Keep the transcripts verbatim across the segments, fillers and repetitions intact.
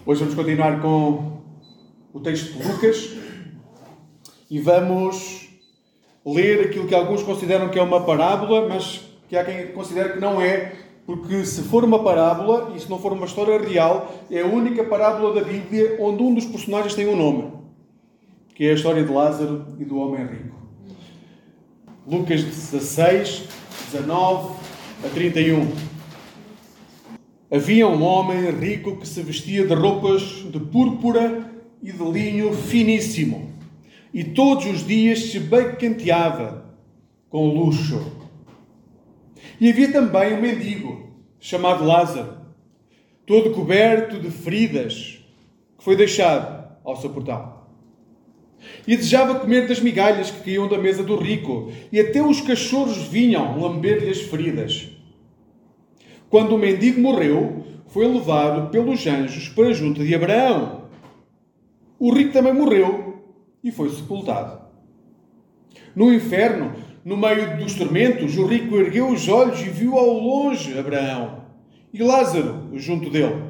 Hoje vamos continuar com o texto de Lucas e vamos ler aquilo que alguns consideram que é uma parábola, mas que há quem considere que não é, porque se for uma parábola e se não for uma história real, é a única parábola da Bíblia onde um dos personagens tem um nome, que é a história de Lázaro e do homem rico. Lucas dezasseis, dezanove a trinta e um. Havia um homem rico que se vestia de roupas de púrpura e de linho finíssimo, e todos os dias se banqueteava com luxo. E havia também um mendigo, chamado Lázaro, todo coberto de feridas, que foi deixado ao seu portão. E desejava comer das migalhas que caíam da mesa do rico, e até os cachorros vinham lamber-lhe as feridas. Quando o mendigo morreu, foi levado pelos anjos para junto de Abraão. O rico também morreu e foi sepultado. No inferno, no meio dos tormentos, o rico ergueu os olhos e viu ao longe Abraão e Lázaro junto dele.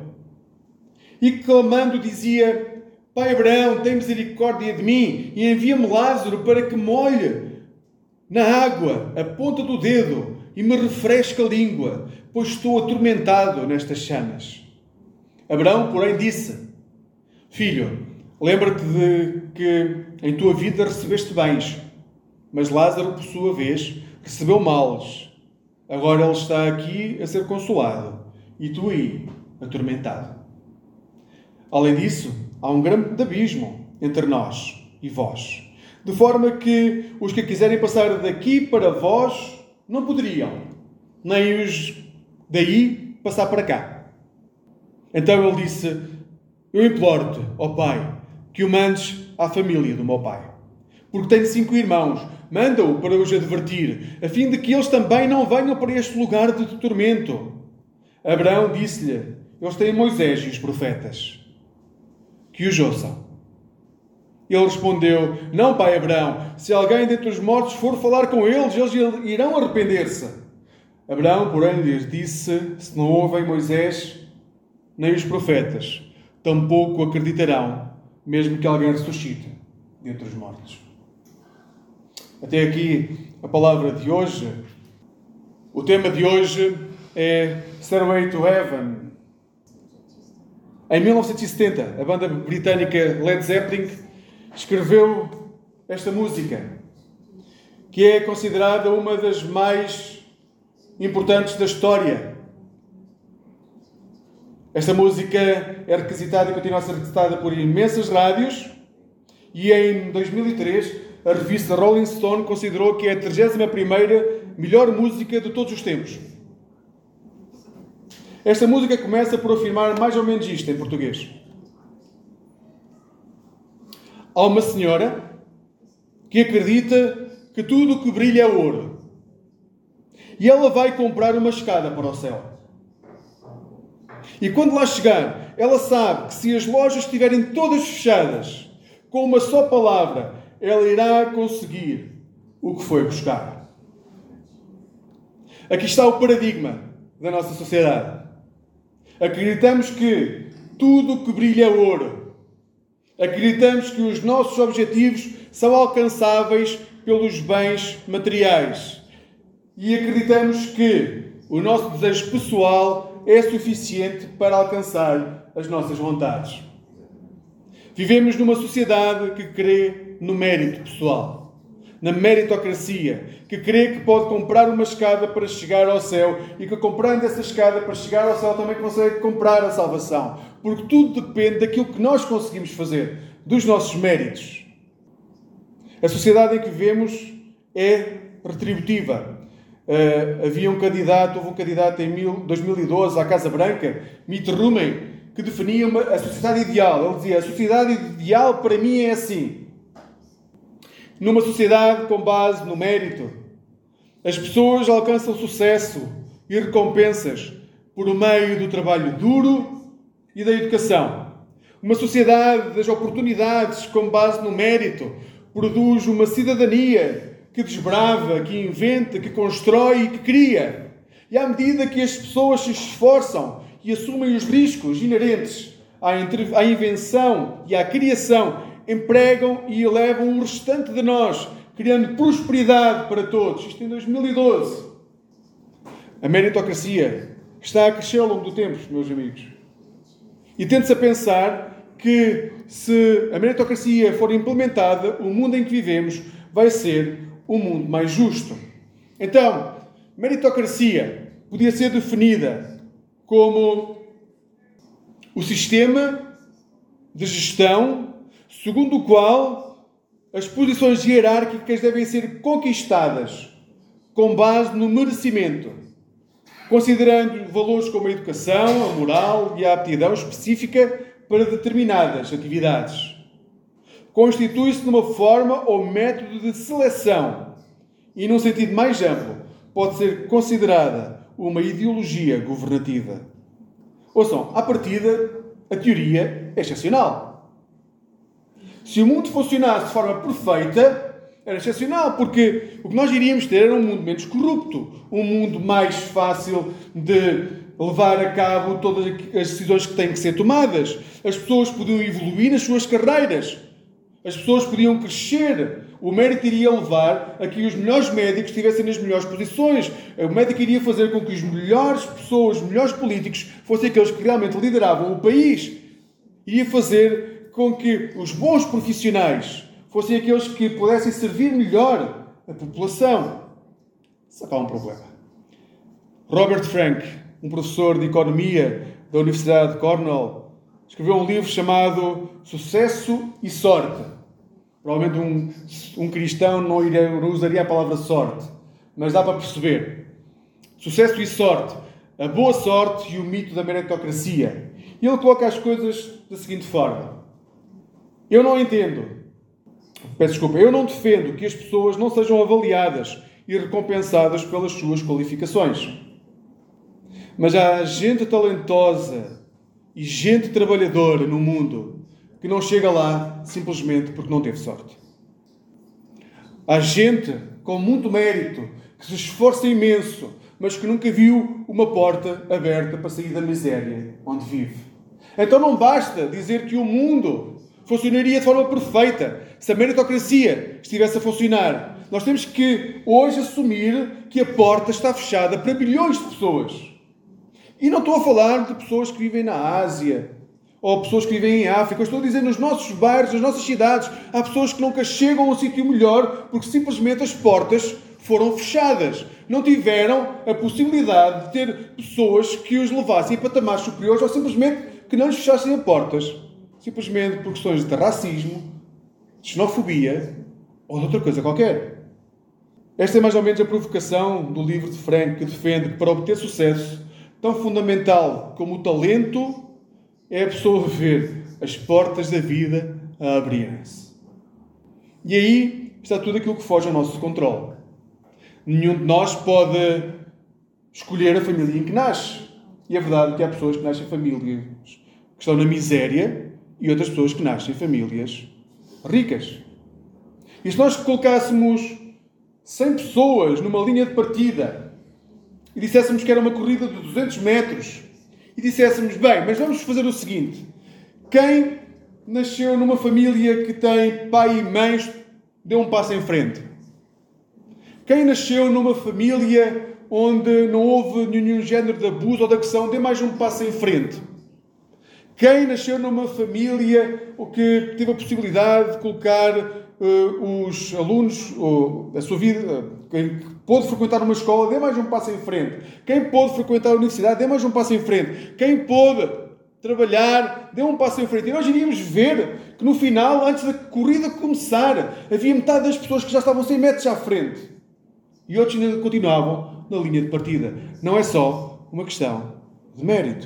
E clamando dizia: Pai Abraão, tem misericórdia de mim e envia-me Lázaro para que molhe na água a ponta do dedo e me refresque a língua, pois estou atormentado nestas chamas. Abraão, porém, disse: Filho, lembra-te de que em tua vida recebeste bens, mas Lázaro, por sua vez, recebeu males. Agora ele está aqui a ser consolado e tu aí, atormentado. Além disso, há um grande abismo entre nós e vós, de forma que os que quiserem passar daqui para vós não poderiam, nem os daí passar para cá. Então ele disse: Eu imploro-te, ó Pai, que o mandes à família do meu pai, porque tenho cinco irmãos. Manda-o para os advertir, a fim de que eles também não venham para este lugar de tormento. Abraão disse-lhe: Eles têm Moisés e os profetas, que os ouçam. Ele respondeu: Não, pai Abraão, se alguém dentre os mortos for falar com eles, eles irão arrepender-se. Abraão, porém, lhes disse: Se não ouvem Moisés nem os profetas, tampouco acreditarão, mesmo que alguém ressuscite dentre os mortos. Até aqui a palavra de hoje. O tema de hoje é Stairway to Heaven. Em mil novecentos e setenta, a banda britânica Led Zeppelin escreveu esta música, que é considerada uma das mais importantes da história. Esta música é requisitada e continua a ser requisitada por imensas rádios, e em dois mil e três a revista Rolling Stone considerou que é a trigésima primeira melhor música de todos os tempos. Esta música começa por afirmar mais ou menos isto em português. Há uma senhora que acredita que tudo o que brilha é ouro. E ela vai comprar uma escada para o céu. E quando lá chegar, ela sabe que se as lojas estiverem todas fechadas, com uma só palavra, ela irá conseguir o que foi buscar. Aqui está o paradigma da nossa sociedade. Acreditamos que tudo o que brilha é ouro. Acreditamos que os nossos objetivos são alcançáveis pelos bens materiais. E acreditamos que o nosso desejo pessoal é suficiente para alcançar as nossas vontades. Vivemos numa sociedade que crê no mérito pessoal, na meritocracia, que crê que pode comprar uma escada para chegar ao céu e que comprando essa escada para chegar ao céu também consegue comprar a salvação. Porque tudo depende daquilo que nós conseguimos fazer, dos nossos méritos. A sociedade em que vivemos é retributiva. Uh, havia um candidato, houve um candidato em dois mil e doze à Casa Branca, Mitt Romney, que definia uma, a sociedade ideal. Ele dizia: a sociedade ideal para mim é assim. Numa sociedade com base no mérito, as pessoas alcançam sucesso e recompensas por meio do trabalho duro e da educação. Uma sociedade das oportunidades com base no mérito produz uma cidadania que desbrava, que inventa, que constrói e que cria. E à medida que as pessoas se esforçam e assumem os riscos inerentes à, interv- à invenção e à criação, empregam e elevam o restante de nós, criando prosperidade para todos. Isto em dois mil e doze. A meritocracia está a crescer ao longo do tempo, meus amigos. E tende-se a pensar que, se a meritocracia for implementada, o mundo em que vivemos vai ser um mundo mais justo. Então, meritocracia podia ser definida como o sistema de gestão segundo o qual as posições hierárquicas devem ser conquistadas com base no merecimento, considerando valores como a educação, a moral e a aptidão específica para determinadas atividades. Constitui-se numa forma ou método de seleção e, num sentido mais amplo, pode ser considerada uma ideologia governativa. Ouçam, à partida, a teoria é excepcional. Se o mundo funcionasse de forma perfeita, era excepcional, porque o que nós iríamos ter era um mundo menos corrupto, um mundo mais fácil de levar a cabo todas as decisões que têm que ser tomadas. As pessoas podiam evoluir nas suas carreiras. As pessoas podiam crescer. O mérito iria levar a que os melhores médicos estivessem nas melhores posições. O médico iria fazer com que os melhores pessoas, os melhores políticos, fossem aqueles que realmente lideravam o país. Iria fazer com que os bons profissionais fossem aqueles que pudessem servir melhor a população. Só que há um problema. Robert Frank, um professor de economia da Universidade de Cornell, escreveu um livro chamado Sucesso e Sorte. Provavelmente um, um cristão não, iria, não usaria a palavra sorte, mas dá para perceber. Sucesso e sorte. A boa sorte e o mito da meritocracia. E ele coloca as coisas da seguinte forma. Eu não entendo, peço desculpa, eu não defendo que as pessoas não sejam avaliadas e recompensadas pelas suas qualificações. Mas há gente talentosa e gente trabalhadora no mundo que não chega lá simplesmente porque não teve sorte. Há gente com muito mérito que se esforça imenso, mas que nunca viu uma porta aberta para sair da miséria onde vive. Então não basta dizer que o mundo funcionaria de forma perfeita se a meritocracia estivesse a funcionar. Nós temos que hoje assumir que a porta está fechada para bilhões de pessoas. E não estou a falar de pessoas que vivem na Ásia ou pessoas que vivem em África. Eu estou a dizer nos nossos bairros, nas nossas cidades. Há pessoas que nunca chegam a um sítio melhor porque simplesmente as portas foram fechadas. Não tiveram a possibilidade de ter pessoas que os levassem a patamares superiores ou simplesmente que não lhes fechassem as portas. Simplesmente por questões de racismo, de xenofobia ou de outra coisa qualquer. Esta é mais ou menos a provocação do livro de Frank, que defende que para obter sucesso, tão fundamental como o talento, é a pessoa ver as portas da vida a abrirem-se. E aí está tudo aquilo que foge ao nosso controle. Nenhum de nós pode escolher a família em que nasce. E é verdade que há pessoas que nascem em famílias que estão na miséria e outras pessoas que nascem em famílias ricas. E se nós colocássemos cem pessoas numa linha de partida e disséssemos que era uma corrida de duzentos metros e disséssemos, bem, mas vamos fazer o seguinte: quem nasceu numa família que tem pai e mães, dê um passo em frente. Quem nasceu numa família onde não houve nenhum género de abuso ou de agressão, dê mais um passo em frente. Quem nasceu numa família que teve a possibilidade de colocar uh, os alunos, uh, a sua vida, uh, quem pôde frequentar uma escola, dê mais um passo em frente. Quem pôde frequentar a universidade, dê mais um passo em frente. Quem pôde trabalhar, dê um passo em frente. E nós iríamos ver que no final, antes da corrida começar, havia metade das pessoas que já estavam cem metros à frente. E outros ainda continuavam na linha de partida. Não é só uma questão de mérito.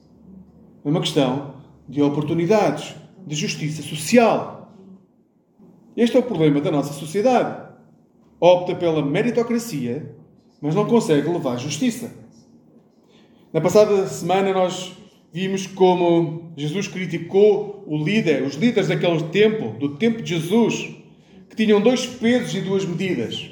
É uma questão de oportunidades, de justiça social. Este é o problema da nossa sociedade. Opta pela meritocracia, mas não consegue levar justiça. Na passada semana nós vimos como Jesus criticou o líder, os líderes daquele tempo, do tempo de Jesus, que tinham dois pesos e duas medidas.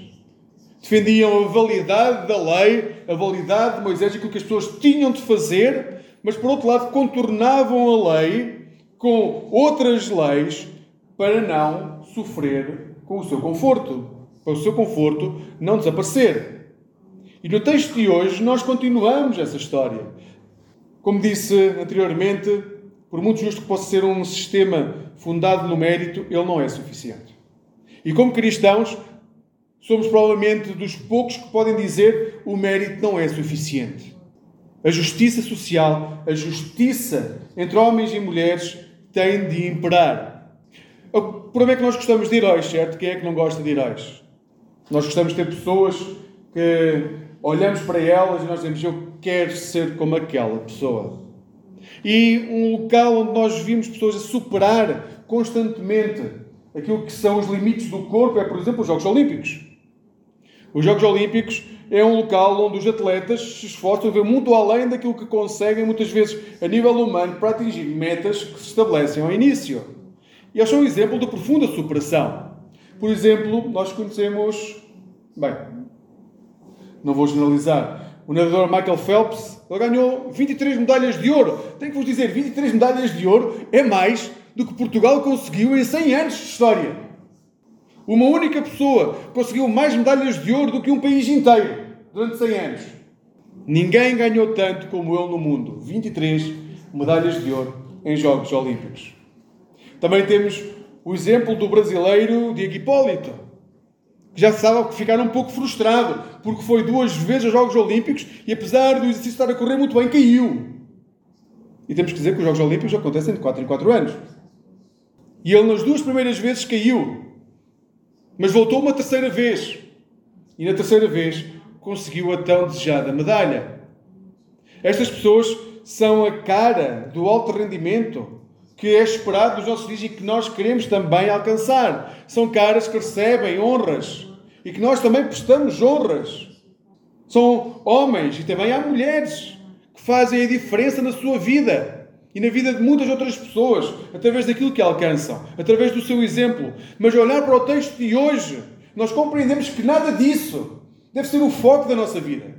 Defendiam a validade da lei, a validade de Moisés e aquilo que as pessoas tinham de fazer mas por outro lado contornavam a lei com outras leis para não sofrer com o seu conforto, para o seu conforto não desaparecer. E no texto de hoje nós continuamos essa história. Como disse anteriormente, por muito justo que possa ser um sistema fundado no mérito, ele não é suficiente. E como cristãos, somos provavelmente dos poucos que podem dizer que o mérito não é suficiente. A justiça social, a justiça entre homens e mulheres tem de imperar. O problema é que nós gostamos de heróis, certo? Quem é que não gosta de heróis? Nós gostamos de ter pessoas que olhamos para elas e nós dizemos, eu quero ser como aquela pessoa. E um local onde nós vimos pessoas a superar constantemente aquilo que são os limites do corpo é, por exemplo, os Jogos Olímpicos. Os Jogos Olímpicos é um local onde os atletas se esforçam a ver muito além daquilo que conseguem, muitas vezes, a nível humano, para atingir metas que se estabelecem ao início. E eles são um exemplo de profunda superação. Por exemplo, nós conhecemos... Bem, não vou generalizar. O nadador Michael Phelps, ele ganhou vinte e três medalhas de ouro. Tenho que vos dizer, vinte e três medalhas de ouro é mais do que Portugal conseguiu em cem anos de história. Uma única pessoa conseguiu mais medalhas de ouro do que um país inteiro durante cem anos. Ninguém ganhou tanto como ele no mundo. vinte e três medalhas de ouro em Jogos Olímpicos. Também temos o exemplo do brasileiro Diego Hipólito, que já se sabe que ficaram um pouco frustrado, porque foi duas vezes aos Jogos Olímpicos e, apesar do exercício estar a correr muito bem, caiu. E temos que dizer que os Jogos Olímpicos acontecem de quatro em quatro anos. E ele, nas duas primeiras vezes, caiu. Mas voltou uma terceira vez. E na terceira vez conseguiu a tão desejada medalha. Estas pessoas são a cara do alto rendimento que é esperado dos nossos dias e que nós queremos também alcançar. São caras que recebem honras e que nós também prestamos honras. São homens e também há mulheres que fazem a diferença na sua vida e na vida de muitas outras pessoas, através daquilo que alcançam, através do seu exemplo. Mas ao olhar para o texto de hoje, nós compreendemos que nada disso deve ser o foco da nossa vida.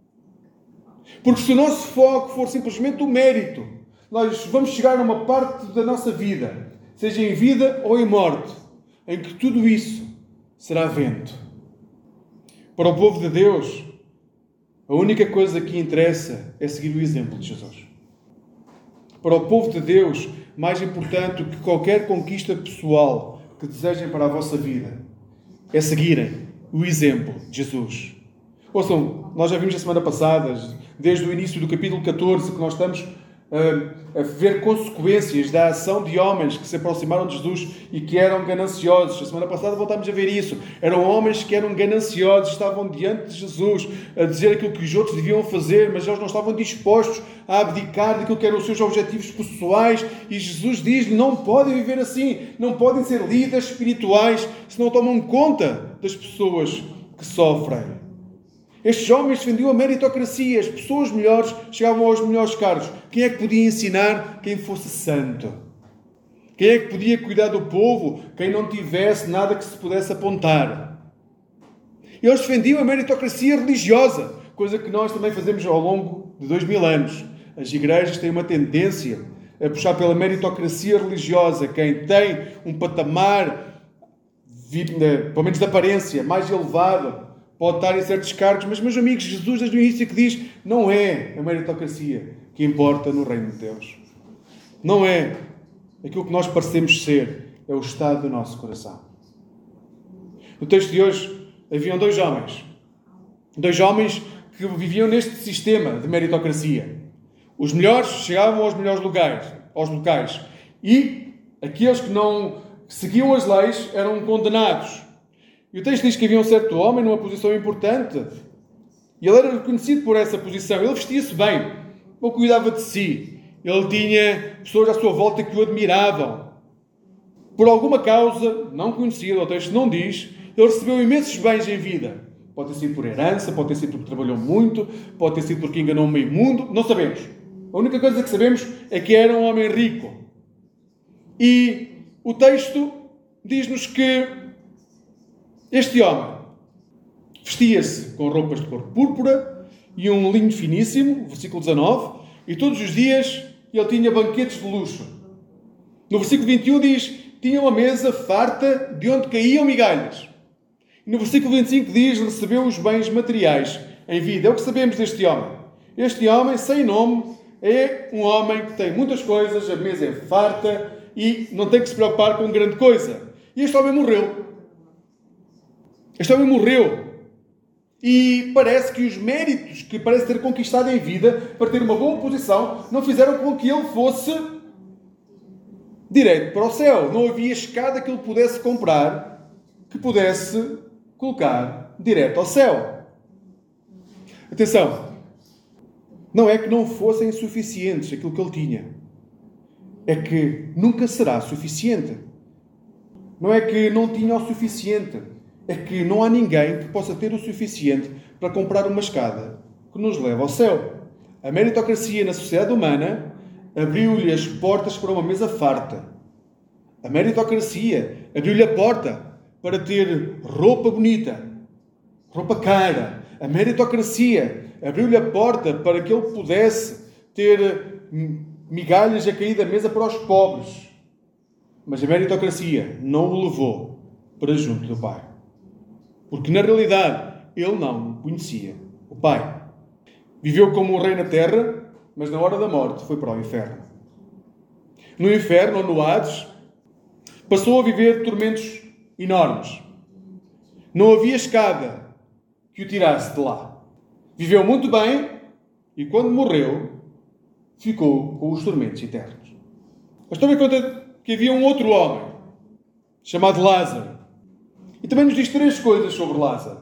Porque se o nosso foco for simplesmente o mérito, nós vamos chegar a uma parte da nossa vida, seja em vida ou em morte, em que tudo isso será vento. Para o povo de Deus, a única coisa que interessa é seguir o exemplo de Jesus. Para o povo de Deus, mais importante do que qualquer conquista pessoal que desejem para a vossa vida, é seguirem o exemplo de Jesus. Ouçam, nós já vimos a semana passada, desde o início do capítulo catorze, que nós estamos a, a ver consequências da ação de homens que se aproximaram de Jesus e que eram gananciosos. A semana passada voltámos a ver isso. Eram homens que eram gananciosos, estavam diante de Jesus a dizer aquilo que os outros deviam fazer, mas eles não estavam dispostos a abdicar daquilo que eram os seus objetivos pessoais. E Jesus diz-lhe, não podem viver assim, não podem ser líderes espirituais se não tomam conta das pessoas que sofrem. Estes homens defendiam a meritocracia. As pessoas melhores chegavam aos melhores cargos. Quem é que podia ensinar? Quem fosse santo. Quem é que podia cuidar do povo? Quem não tivesse nada que se pudesse apontar. Eles defendiam a meritocracia religiosa, coisa que nós também fazemos ao longo de dois mil anos. As igrejas têm uma tendência a puxar pela meritocracia religiosa. Quem tem um patamar, pelo menos de aparência, mais elevado, pode estar em certos cargos, mas, meus amigos, Jesus, desde o início, que diz, não é a meritocracia que importa no reino de Deus. Não é aquilo que nós parecemos ser, é o estado do nosso coração. No texto de hoje, haviam dois homens. Dois homens que viviam neste sistema de meritocracia. Os melhores chegavam aos melhores lugares, aos locais. E aqueles que não seguiam as leis eram condenados. E o texto diz que havia um certo homem numa posição importante. E ele era reconhecido por essa posição. Ele vestia-se bem. Ele cuidava de si. Ele tinha pessoas à sua volta que o admiravam. Por alguma causa, não conhecida, o texto não diz, ele recebeu imensos bens em vida. Pode ter sido por herança, pode ter sido porque trabalhou muito, pode ter sido porque enganou o meio mundo. Não sabemos. A única coisa que sabemos é que era um homem rico. E o texto diz-nos que este homem vestia-se com roupas de cor púrpura e um linho finíssimo, versículo dezanove, e todos os dias ele tinha banquetes de luxo. No versículo vinte e um diz, tinha uma mesa farta de onde caíam migalhas. E no versículo vinte e cinco diz, recebeu os bens materiais em vida. É o que sabemos deste homem. Este homem, sem nome, é um homem que tem muitas coisas, a mesa é farta e não tem que se preocupar com grande coisa. E este homem morreu. Este homem morreu. E parece que os méritos que parece ter conquistado em vida para ter uma boa posição não fizeram com que ele fosse direto para o céu. Não havia escada que ele pudesse comprar que pudesse colocar direto ao céu. Atenção, não é que não fossem suficientes aquilo que ele tinha. É que nunca será suficiente. Não é que não tinha o suficiente. É que não há ninguém que possa ter o suficiente para comprar uma escada que nos leva ao céu. A meritocracia na sociedade humana abriu-lhe as portas para uma mesa farta. A meritocracia abriu-lhe a porta para ter roupa bonita, roupa cara. A meritocracia abriu-lhe a porta para que ele pudesse ter migalhas a cair da mesa para os pobres. Mas a meritocracia não o levou para junto do Pai. Porque, na realidade, ele não conhecia o Pai. Viveu como um rei na terra, mas na hora da morte foi para o inferno. No inferno, ou no Hades, passou a viver tormentos enormes. Não havia escada que o tirasse de lá. Viveu muito bem e, quando morreu, ficou com os tormentos eternos. Mas também conta que havia um outro homem, chamado Lázaro. E também nos diz três coisas sobre Lázaro.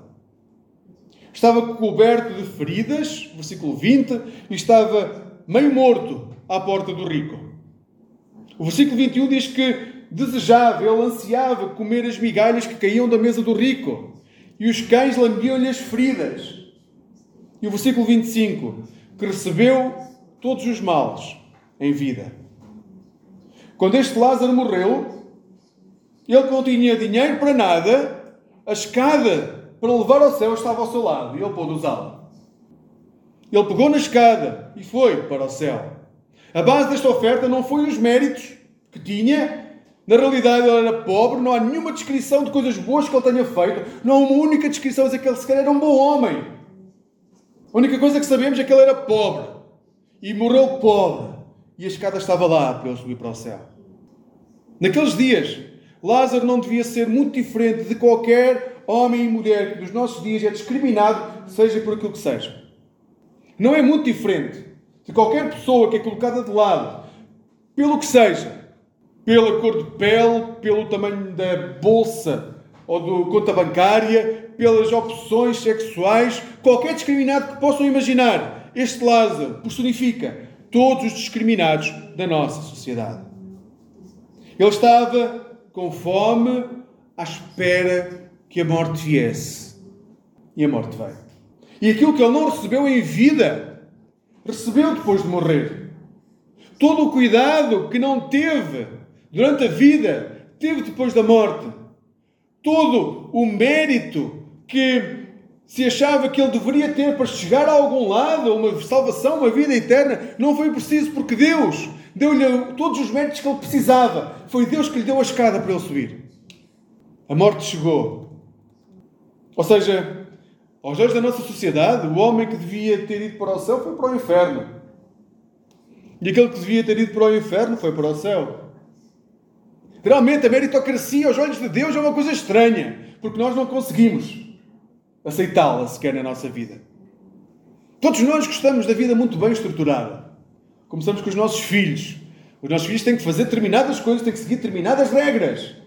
Estava coberto de feridas, versículo vinte, e estava meio morto à porta do rico. O versículo vinte e um diz que desejava, ele ansiava comer as migalhas que caíam da mesa do rico, e os cães lambiam-lhe as feridas. E o versículo vinte e cinco, que recebeu todos os males em vida. Quando este Lázaro morreu, ele que não tinha dinheiro para nada, a escada para levar ao céu estava ao seu lado e ele pôde usá-la. Ele pegou na escada e foi para o céu. A base desta oferta não foi os méritos que tinha. Na realidade ele era pobre, não há nenhuma descrição de coisas boas que ele tenha feito. Não há uma única descrição a dizer que ele sequer era um bom homem. A única coisa que sabemos é que ele era pobre e morreu pobre. E a escada estava lá para ele subir para o céu. Naqueles dias, Lázaro não devia ser muito diferente de qualquer homem e mulher que nos nossos dias é discriminado, seja por aquilo que seja. Não é muito diferente de qualquer pessoa que é colocada de lado, pelo que seja, pela cor de pele, pelo tamanho da bolsa ou da conta bancária, pelas opções sexuais, qualquer discriminado que possam imaginar. Este Lázaro personifica todos os discriminados da nossa sociedade. Ele estava com fome, à espera que a morte viesse. E a morte veio. E aquilo que ele não recebeu em vida, recebeu depois de morrer. Todo o cuidado que não teve durante a vida, teve depois da morte. Todo o mérito que se achava que ele deveria ter para chegar a algum lado, uma salvação, uma vida eterna, não foi preciso, porque Deus deu-lhe todos os méritos que ele precisava. Foi Deus que lhe deu a escada para ele subir. A morte chegou. Ou seja, aos olhos da nossa sociedade, o homem que devia ter ido para o céu foi para o inferno. E aquele que devia ter ido para o inferno foi para o céu. Realmente, a meritocracia aos olhos de Deus é uma coisa estranha, porque nós não conseguimos aceitá-la sequer na nossa vida. Todos nós gostamos da vida muito bem estruturada. Começamos com os nossos filhos. Os nossos filhos têm que fazer determinadas coisas, têm que seguir determinadas regras.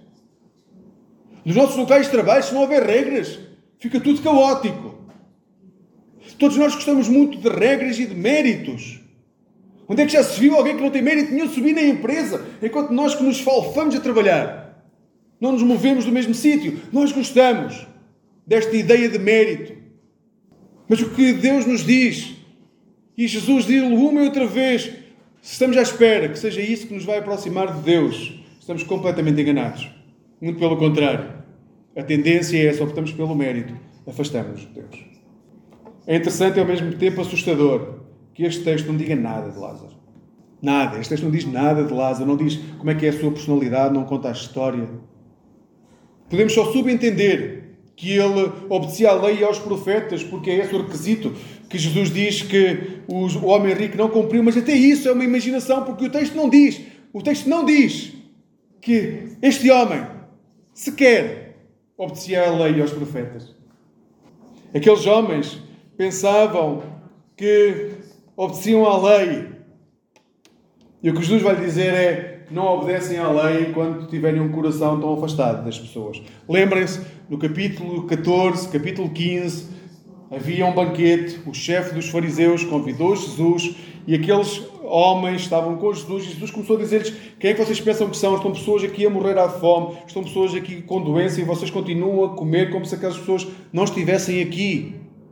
Nos nossos locais de trabalho, se não houver regras, fica tudo caótico. Todos nós gostamos muito de regras e de méritos. Onde é que já se viu alguém que não tem mérito nenhum subir na empresa, enquanto nós que nos falfamos a trabalhar? Não nos movemos do mesmo sítio. Nós gostamos desta ideia de mérito. Mas o que Deus nos diz, e Jesus diz-lo uma e outra vez, se estamos à espera que seja isso que nos vai aproximar de Deus, estamos completamente enganados. Muito pelo contrário. A tendência é essa, optamos pelo mérito, afastamos-nos de Deus. É interessante e ao mesmo tempo assustador que este texto não diga nada de Lázaro. Nada. Este texto não diz nada de Lázaro, não diz como é que é a sua personalidade, não conta a história. Podemos só subentender que ele obedecia à lei e aos profetas, porque é esse o requisito que Jesus diz que o homem rico não cumpriu, mas até isso é uma imaginação, porque o texto não diz, o texto não diz que este homem sequer obedecia à lei e aos profetas. Aqueles homens pensavam que obedeciam à lei. E o que Jesus vai dizer é: não obedecem à lei enquanto tiverem um coração tão afastado das pessoas. Lembrem-se, no capítulo catorze, capítulo quinze, havia um banquete, o chefe dos fariseus convidou Jesus e aqueles homens estavam com Jesus e Jesus começou a dizer-lhes: quem é que vocês pensam que são? Estão pessoas aqui a morrer à fome, estão pessoas aqui com doença e vocês continuam a comer como se aquelas pessoas não estivessem aqui.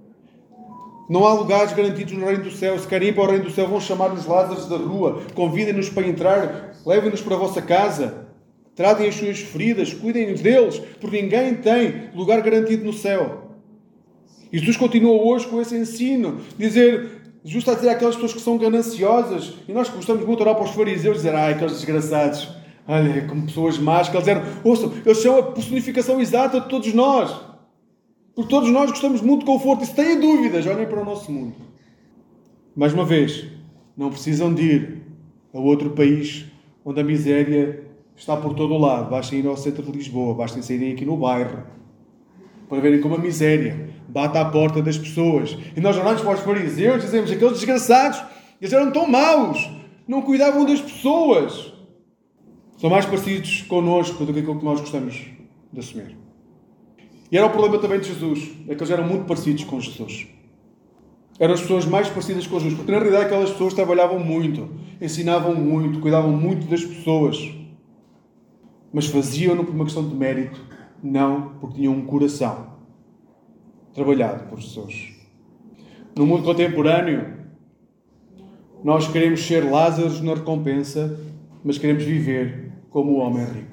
Não há lugares garantidos no reino do céu. Se querem ir para o reino do céu, vão chamar os Lázaros da rua, convidem-nos para entrar, levem-nos para a vossa casa, tratem as suas feridas, cuidem deles, porque ninguém tem lugar garantido no céu. E Jesus continua hoje com esse ensino, dizer, Jesus está a dizer àquelas pessoas que são gananciosas, e nós gostamos muito de orar para os fariseus, dizer, ai, aqueles desgraçados, olha, como pessoas más, que eles eram, ouçam, eles são a personificação exata de todos nós. Porque todos nós gostamos muito de conforto. E se têm dúvidas, olhem para o nosso mundo. Mais uma vez, não precisam de ir a outro país onde a miséria está por todo o lado. Basta ir ao centro de Lisboa, basta saírem aqui no bairro para verem como a miséria bate à porta das pessoas. E nós olhamos para os fariseus e dizemos, aqueles desgraçados, eles eram tão maus, não cuidavam das pessoas. São mais parecidos connosco do que aquilo que nós gostamos de assumir. E era o problema também de Jesus, é que eles eram muito parecidos com Jesus. Eram as pessoas mais parecidas com Jesus, porque na realidade aquelas pessoas trabalhavam muito, ensinavam muito, cuidavam muito das pessoas. Mas faziam-no por uma questão de mérito, não porque tinham um coração trabalhado por Jesus. No mundo contemporâneo, nós queremos ser Lázaros na recompensa, mas queremos viver como o homem rico.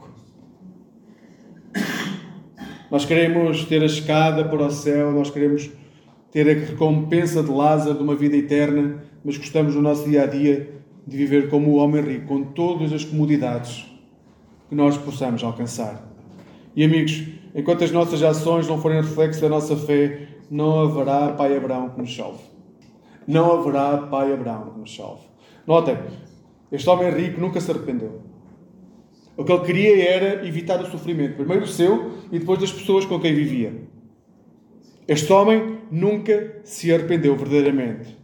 Nós queremos ter a escada para o céu, nós queremos ter a recompensa de Lázaro de uma vida eterna, mas gostamos no nosso dia-a-dia de viver como o homem rico, com todas as comodidades que nós possamos alcançar. E amigos, enquanto as nossas ações não forem reflexo da nossa fé, não haverá Pai Abraão que nos salve. Não haverá Pai Abraão que nos salve. Notem, este homem rico nunca se arrependeu. O que ele queria era evitar o sofrimento, primeiro o seu e depois das pessoas com quem vivia. Este homem nunca se arrependeu verdadeiramente.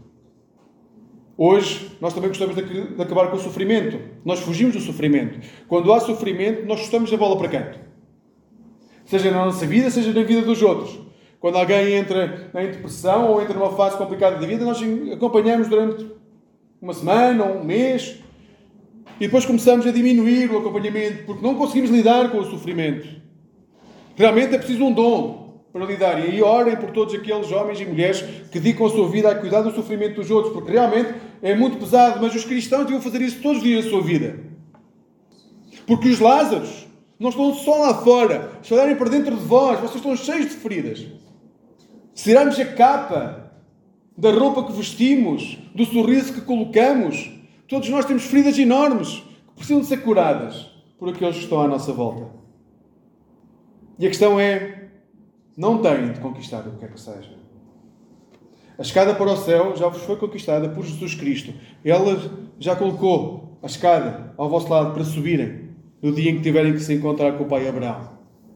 Hoje, nós também gostamos de, de acabar com o sofrimento. Nós fugimos do sofrimento. Quando há sofrimento, nós chutamos a bola para canto. Seja na nossa vida, seja na vida dos outros. Quando alguém entra em depressão ou entra numa fase complicada da vida, nós acompanhamos durante uma semana ou um mês. E depois começamos a diminuir o acompanhamento, porque não conseguimos lidar com o sofrimento. Realmente é preciso um dom para lidar. E aí orem por todos aqueles homens e mulheres que dedicam a sua vida a cuidar do sofrimento dos outros, porque realmente é muito pesado, mas os cristãos deviam fazer isso todos os dias da sua vida. Porque os Lázaros não estão só lá fora, se olharem para dentro de vós, vocês estão cheios de feridas. Se tirarmos a capa da roupa que vestimos, do sorriso que colocamos, todos nós temos feridas enormes que precisam de ser curadas por aqueles que estão à nossa volta. E a questão é, não têm de conquistar o que quer que seja. A escada para o céu já vos foi conquistada por Jesus Cristo. Ele já colocou a escada ao vosso lado para subirem no dia em que tiverem que se encontrar com o Pai Abraão.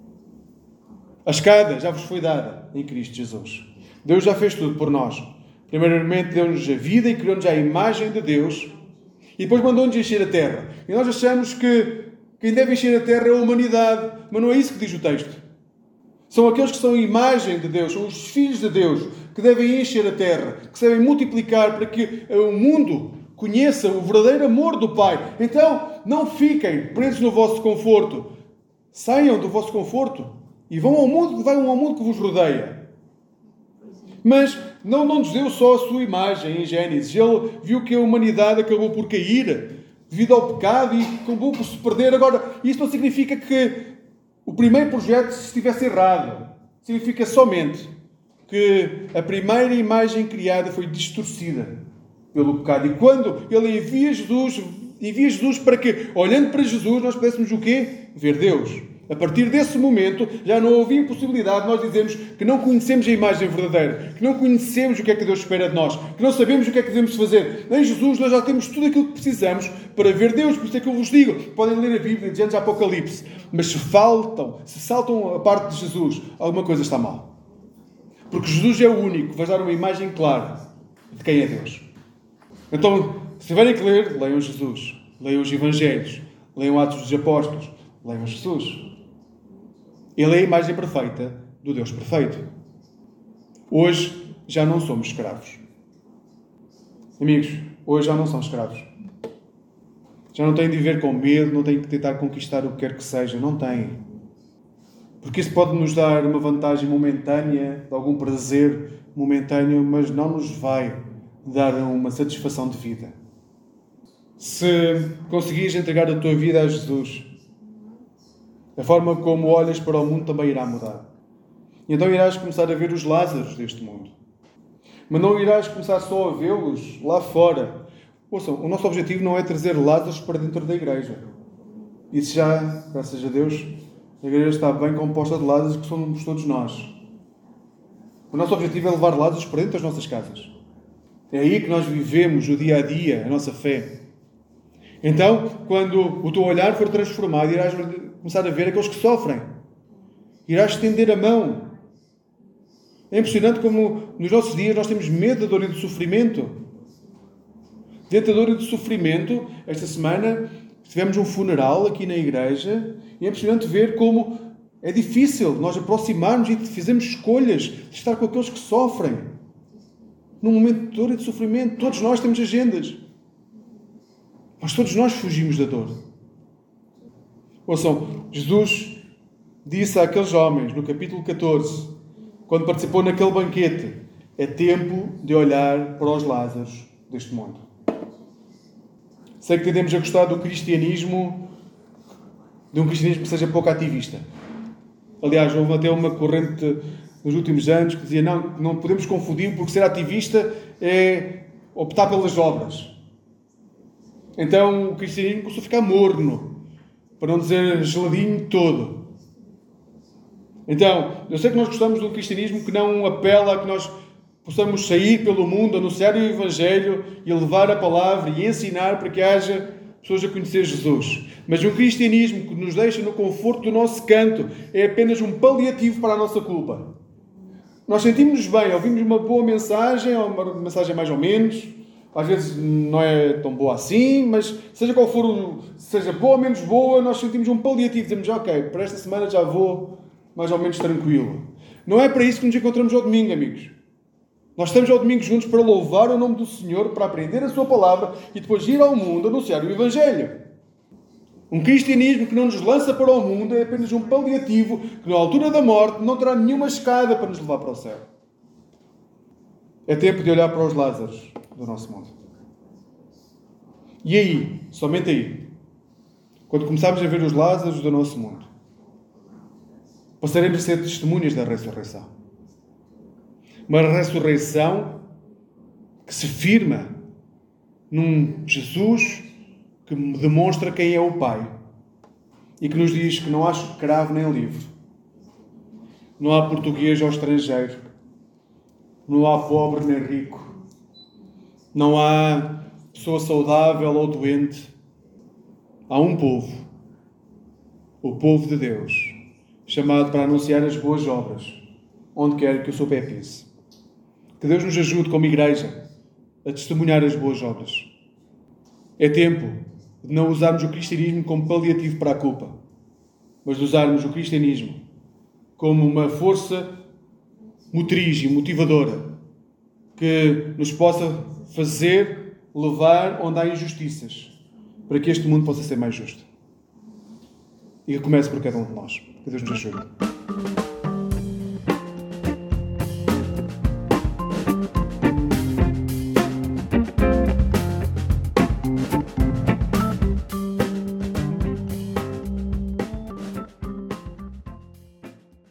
A escada já vos foi dada em Cristo Jesus. Deus já fez tudo por nós. Primeiramente deu-nos a vida e criou-nos a imagem de Deus. E depois mandou-nos encher a terra. E nós achamos que quem deve encher a terra é a humanidade. Mas não é isso que diz o texto. São aqueles que são a imagem de Deus, são os filhos de Deus, que devem encher a terra, que se devem multiplicar para que o mundo conheça o verdadeiro amor do Pai. Então, não fiquem presos no vosso conforto. Saiam do vosso conforto e vão ao mundo, vão ao mundo que vos rodeia. Mas não, não nos deu só a sua imagem em Gênesis. Ele viu que a humanidade acabou por cair devido ao pecado e acabou por se perder. Agora, isso não significa que o primeiro projeto estivesse errado. Significa somente que a primeira imagem criada foi distorcida. pelo pecado. E quando Ele envia Jesus, envia Jesus para que, olhando para Jesus, nós pudéssemos o quê? Ver Deus. A partir desse momento, já não havia impossibilidade de nós dizermos que não conhecemos a imagem verdadeira, que não conhecemos o que é que Deus espera de nós, que não sabemos o que é que devemos fazer. Em Jesus nós já temos tudo aquilo que precisamos para ver Deus. Por isso é que eu vos digo, podem ler a Bíblia de Gênesis a Apocalipse, mas se faltam, se saltam a parte de Jesus, alguma coisa está mal. Porque Jesus é o único que vai dar uma imagem clara de quem é Deus. Então, se tiverem que ler, leiam Jesus, leiam os Evangelhos, leiam Atos dos Apóstolos, leiam Jesus. Ele é a imagem perfeita do Deus perfeito. Hoje já não somos escravos. Amigos, hoje já não são escravos. Já não têm de viver com medo, não têm que tentar conquistar o que quer que seja. Não têm. Porque isso pode nos dar uma vantagem momentânea, de algum prazer momentâneo, mas não nos vai dar uma satisfação de vida. Se conseguires entregar a tua vida a Jesus, a forma como olhas para o mundo também irá mudar. E então irás começar a ver os Lázaros deste mundo. Mas não irás começar só a vê-los lá fora. Ouçam, o nosso objetivo não é trazer Lázaros para dentro da igreja. Isso já, graças a Deus, a igreja está bem composta de Lázaros, que somos todos nós. O nosso objetivo é levar Lázaros para dentro das nossas casas. É aí que nós vivemos o dia a dia, a nossa fé. Então, quando o teu olhar for transformado, irás começar a ver aqueles que sofrem. Irás estender a mão. É impressionante como nos nossos dias nós temos medo da dor e do sofrimento. Dentro da dor e do sofrimento, esta semana tivemos um funeral aqui na igreja e é impressionante ver como é difícil nós aproximarmos e fazermos escolhas de estar com aqueles que sofrem. Num momento de dor e de sofrimento, todos nós temos agendas. Mas todos nós fugimos da dor. Ouçam, Jesus disse àqueles homens, no capítulo catorze, quando participou naquele banquete, é tempo de olhar para os Lázaros deste mundo. Sei que tendemos a gostar do cristianismo, de um cristianismo que seja pouco ativista. Aliás, houve até uma corrente nos últimos anos que dizia não, não podemos confundir, porque ser ativista é optar pelas obras. Então o cristianismo começou a ficar morno, para não dizer geladinho todo. Então, eu sei que nós gostamos de um cristianismo que não apela a que nós possamos sair pelo mundo, anunciar o Evangelho e levar a palavra e ensinar para que haja pessoas a conhecer Jesus. Mas um cristianismo que nos deixa no conforto do nosso canto é apenas um paliativo para a nossa culpa. Nós sentimos-nos bem, ouvimos uma boa mensagem, ou uma mensagem mais ou menos, às vezes não é tão boa assim, mas seja qual for, o, seja boa ou menos boa, nós sentimos um paliativo, dizemos, ok, para esta semana já vou mais ou menos tranquilo. Não é para isso que nos encontramos ao domingo, amigos. Nós estamos ao domingo juntos para louvar o nome do Senhor, para aprender a sua palavra e depois ir ao mundo anunciar o Evangelho. Um cristianismo que não nos lança para o mundo é apenas um paliativo que, na altura da morte, não terá nenhuma escada para nos levar para o céu. É tempo de olhar para os Lázaros do nosso mundo. E aí, somente aí, quando começarmos a ver os Lázaros do nosso mundo, passaremos a ser testemunhas da ressurreição. Uma ressurreição que se firma num Jesus que demonstra quem é o Pai e que nos diz que não há escravo nem livre, não há português ou estrangeiro, não há pobre nem rico, não há pessoa saudável ou doente. Há um povo, o povo de Deus, chamado para anunciar as boas obras, onde quer que o seu pé pise. Que Deus nos ajude como igreja a testemunhar as boas obras. É tempo de não usarmos o cristianismo como paliativo para a culpa, mas de usarmos o cristianismo como uma força motriz e motivadora que nos possa fazer levar onde há injustiças, para que este mundo possa ser mais justo. E que comece por cada um de nós. Que Deus nos ajude.